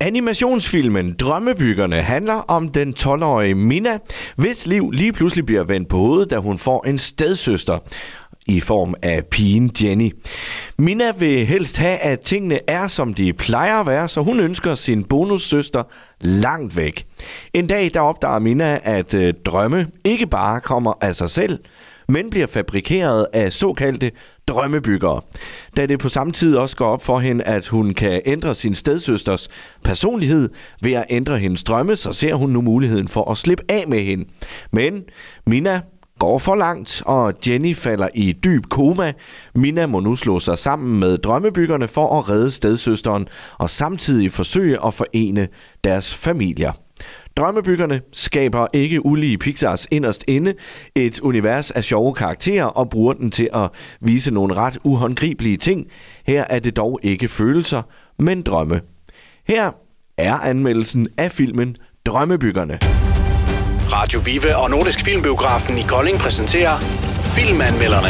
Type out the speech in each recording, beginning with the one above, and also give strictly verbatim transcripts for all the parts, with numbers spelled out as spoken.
Animationsfilmen Drømmebyggerne handler om den tolv-årige Minna, hvis liv lige pludselig bliver vendt på hovedet, da hun får en stedsøster i form af pigen Jenny. Minna vil helst have, at tingene er, som de plejer at være, så hun ønsker sin bonussøster langt væk. En dag der opdager Minna, at øh, drømme ikke bare kommer af sig selv, men bliver fabrikeret af såkaldte drømmebyggere. Da det på samme tid også går op for hende, at hun kan ændre sin stedsøsters personlighed ved at ændre hendes drømme, så ser hun nu muligheden for at slippe af med hende. Men Minna går for langt, og Jenny falder i dyb koma. Minna må nu slå sig sammen med drømmebyggerne for at redde stedsøsteren, og samtidig forsøge at forene deres familier. Drømmebyggerne skaber ikke ulige Pixars inderst inde et univers af sjove karakterer og bruger den til at vise nogle ret uhåndgribelige ting. Her er det dog ikke følelser, men drømme. Her er anmeldelsen af filmen Drømmebyggerne. Radio Vive og Nordisk Filmbiografen i Kolding præsenterer Filmanmelderne.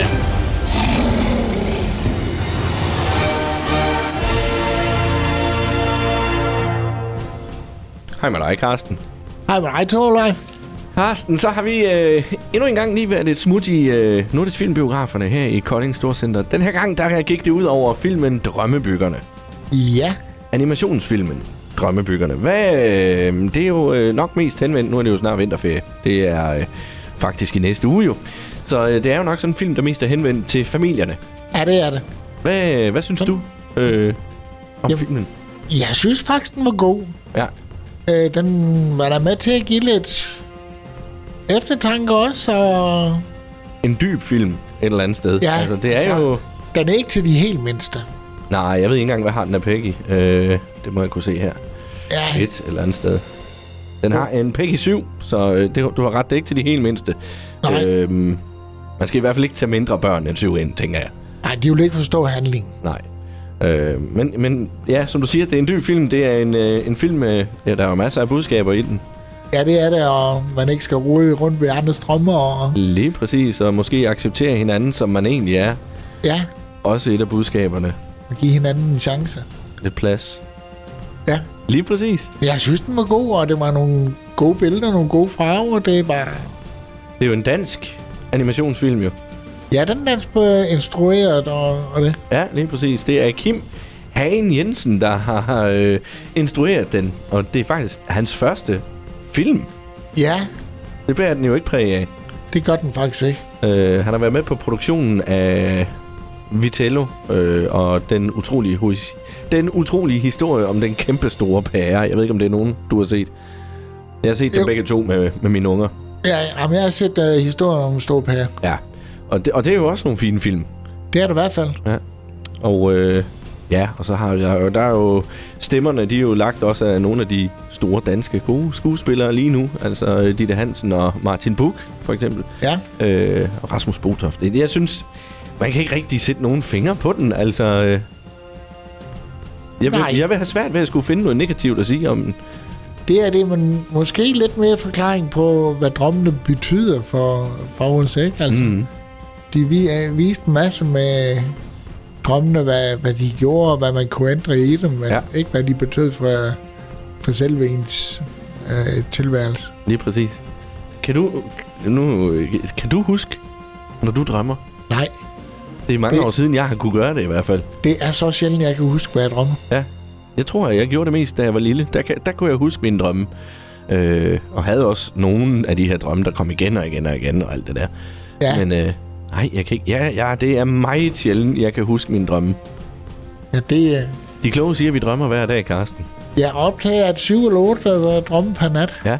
Hej med dig, Carsten. Hej med dig, Torleif. Carsten, så har vi øh, endnu en gang lige været et smut i øh, Nordisk Filmbiograferne her i Kolding Storcenter. Den her gang, der gik det ud over filmen Drømmebyggerne. Ja. Animationsfilmen Drømmebyggerne. Hvad, øh, det er jo øh, nok mest henvendt. Nu er det jo snart vinterferie. Det er øh, faktisk i næste uge jo. Så øh, det er jo nok sådan en film, der mest er henvendt til familierne. Ja, det er det. Hvad, hvad synes du øh, om jeg, filmen? Jeg synes faktisk, den var god. Ja. Øh, den var der med til at give lidt eftertanke også, og en dyb film et eller andet sted. Ja, altså, det er så jo... Den er ikke til de helt mindste. Nej, jeg ved ikke engang, hvad har den af Peggy. Øh, det må jeg kunne se her. Ja. Et eller andet sted. Den har en Peggy syv, så øh, det, du har ret, det er ikke til de helt mindste. Nej. Øh, man skal i hvert fald ikke tage mindre børn end syv ind, tænker jeg. Nej, de vil ikke forstå handlingen. Nej. Øh, men, men ja, som du siger, det er en dyb film. Det er en, øh, en film med... Ja, der er jo masser af budskaber i den. Ja, det er det, og man ikke skal rode rundt ved andres drømme. Og... Lige præcis, og måske acceptere hinanden, som man egentlig er. Ja. Også et af budskaberne. Og give hinanden en chance. Lidt plads. Ja. Lige præcis. Jeg synes, den var god, og det var nogle gode billeder, nogle gode farver. Det var... Det er jo en dansk animationsfilm, jo. Ja, den er instrueret og, og det. Ja, lige præcis. Det er Kim Hagen Jensen, der har, har øh, instrueret den. Og det er faktisk hans første film. Ja. Det bærer den jo ikke præg af. Det gør den faktisk ikke. Øh, han har været med på produktionen af Vitello øh, og den utrolige, den utrolige historie om den kæmpe store pære. Jeg ved ikke, om det er nogen, du har set. Jeg har set dem begge to med, med mine unger. Ja, jamen, jeg har set uh, historien om en stor pære. Ja, og det, og det er jo også nogle fine film. Det er det i hvert fald. Ja, og øh, ja, og så har jeg der er jo stemmerne, de er jo lagt også af nogle af de store danske gode skuespillere lige nu. Altså Ditte Hansen og Martin Buch, for eksempel. Ja. Øh, og Rasmus Botoft. Jeg synes, man kan ikke rigtig sætte nogen fingre på den, altså... Øh, jeg, vil, jeg vil have svært ved at skulle finde noget negativt at sige om den. Det er det, men måske lidt mere forklaring på, hvad drømmene betyder for, for os, ikke? Altså, mm. de vi, uh, viste en masse med drømmene, hvad, hvad de gjorde, og hvad man kunne ændre i dem, men ja. ikke hvad de betød for, for selve ens uh, tilværelse. Lige præcis. Kan du, nu, kan du huske, når du drømmer? Nej. Det er mange det, år siden, jeg har kunne gøre det i hvert fald. Det er så sjældent, jeg kan huske, hvad jeg drømmer. Ja. Jeg tror, jeg gjorde det mest, da jeg var lille. Der, der kunne jeg huske mine drømme. Øh, og havde også nogle af de her drømme, der kom igen og igen og igen og alt det der. Ja. Men øh, nej, jeg kan ikke. Ja, ja, det er meget sjældent, jeg kan huske mine drømme. Ja, det er... De kloge siger, at vi drømmer hver dag, Carsten. Jeg optager, at syv eller otte drømme per nat. Ja.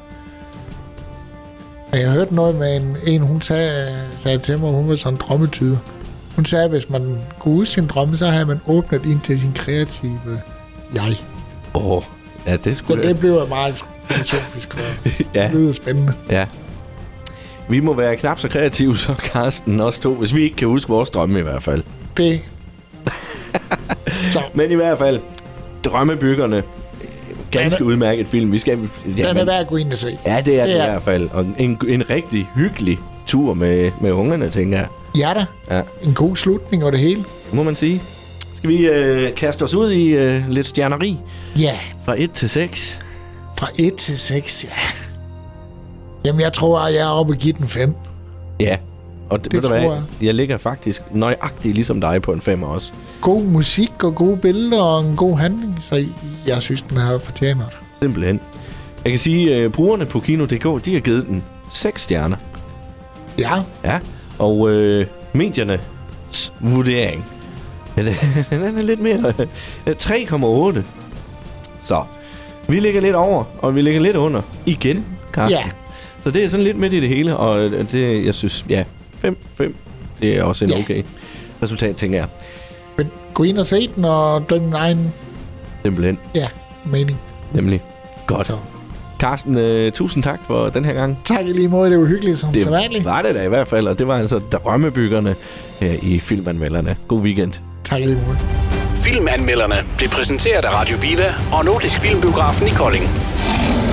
Og jeg hørte noget med en, en hun sagde, sagde til mig, hun var sådan en drømmetyder. Hun sagde, at hvis man kunne huske sin drømme, så havde man åbnet ind til sin kreative jeg. Åh, oh, ja, det skulle det. Det bliver meget filosofisk og ja. lyder spændende. Ja. Vi må være knap så kreative som Carsten, os to, hvis vi ikke kan huske vores drømme i hvert fald. Det. Så. Men i hvert fald, Drømmebyggerne. Ganske er, udmærket film. Vi skal, ja, den er værd at gå ind og se. Ja, det er det, det er. I hvert fald. Og en, en rigtig hyggelig tur med, med ungerne, tænker jeg. Ja da. Ja. En god slutning og det hele. Må man sige. Skal vi øh, kaste os ud i øh, lidt stjerneri? Ja. Fra et til seks? Fra et til seks, ja. Jamen, jeg tror, at jeg er oppe og give den fem. Ja. Og det, det ved du tror hvad? jeg. Jeg ligger faktisk nøjagtigt ligesom dig på en femmer også. God musik og gode billeder og en god handling, så jeg synes, den har fortjent det. Simpelthen. Jeg kan sige, at øh, brugerne på Kino punktum d k, de har givet den seks stjerner. Ja. Ja, og øh, mediernes vurdering, den er lidt mere, øh, tre komma otte. Så vi ligger lidt over, og vi ligger lidt under igen, Carsten. Ja. Så det er sådan lidt midt i det hele, og det, jeg synes, ja, fem fem, det er også en ja. okay resultat, tænker jeg. Men gå ind og se den, og døm din egen... Simpelthen. Ja, mening. Nemlig. Godt. Så. Carsten, øh, tusind tak for den her gang. Tak i lige måde, det var hyggeligt som så vanligt. Det var det da i hvert fald, og det var altså drømmebyggerne her i Filmanmelderne. God weekend. Tak i lige måde. Filmanmelderne blev præsenteret af Radio Viva og Nordisk Filmbiografen i Kolding.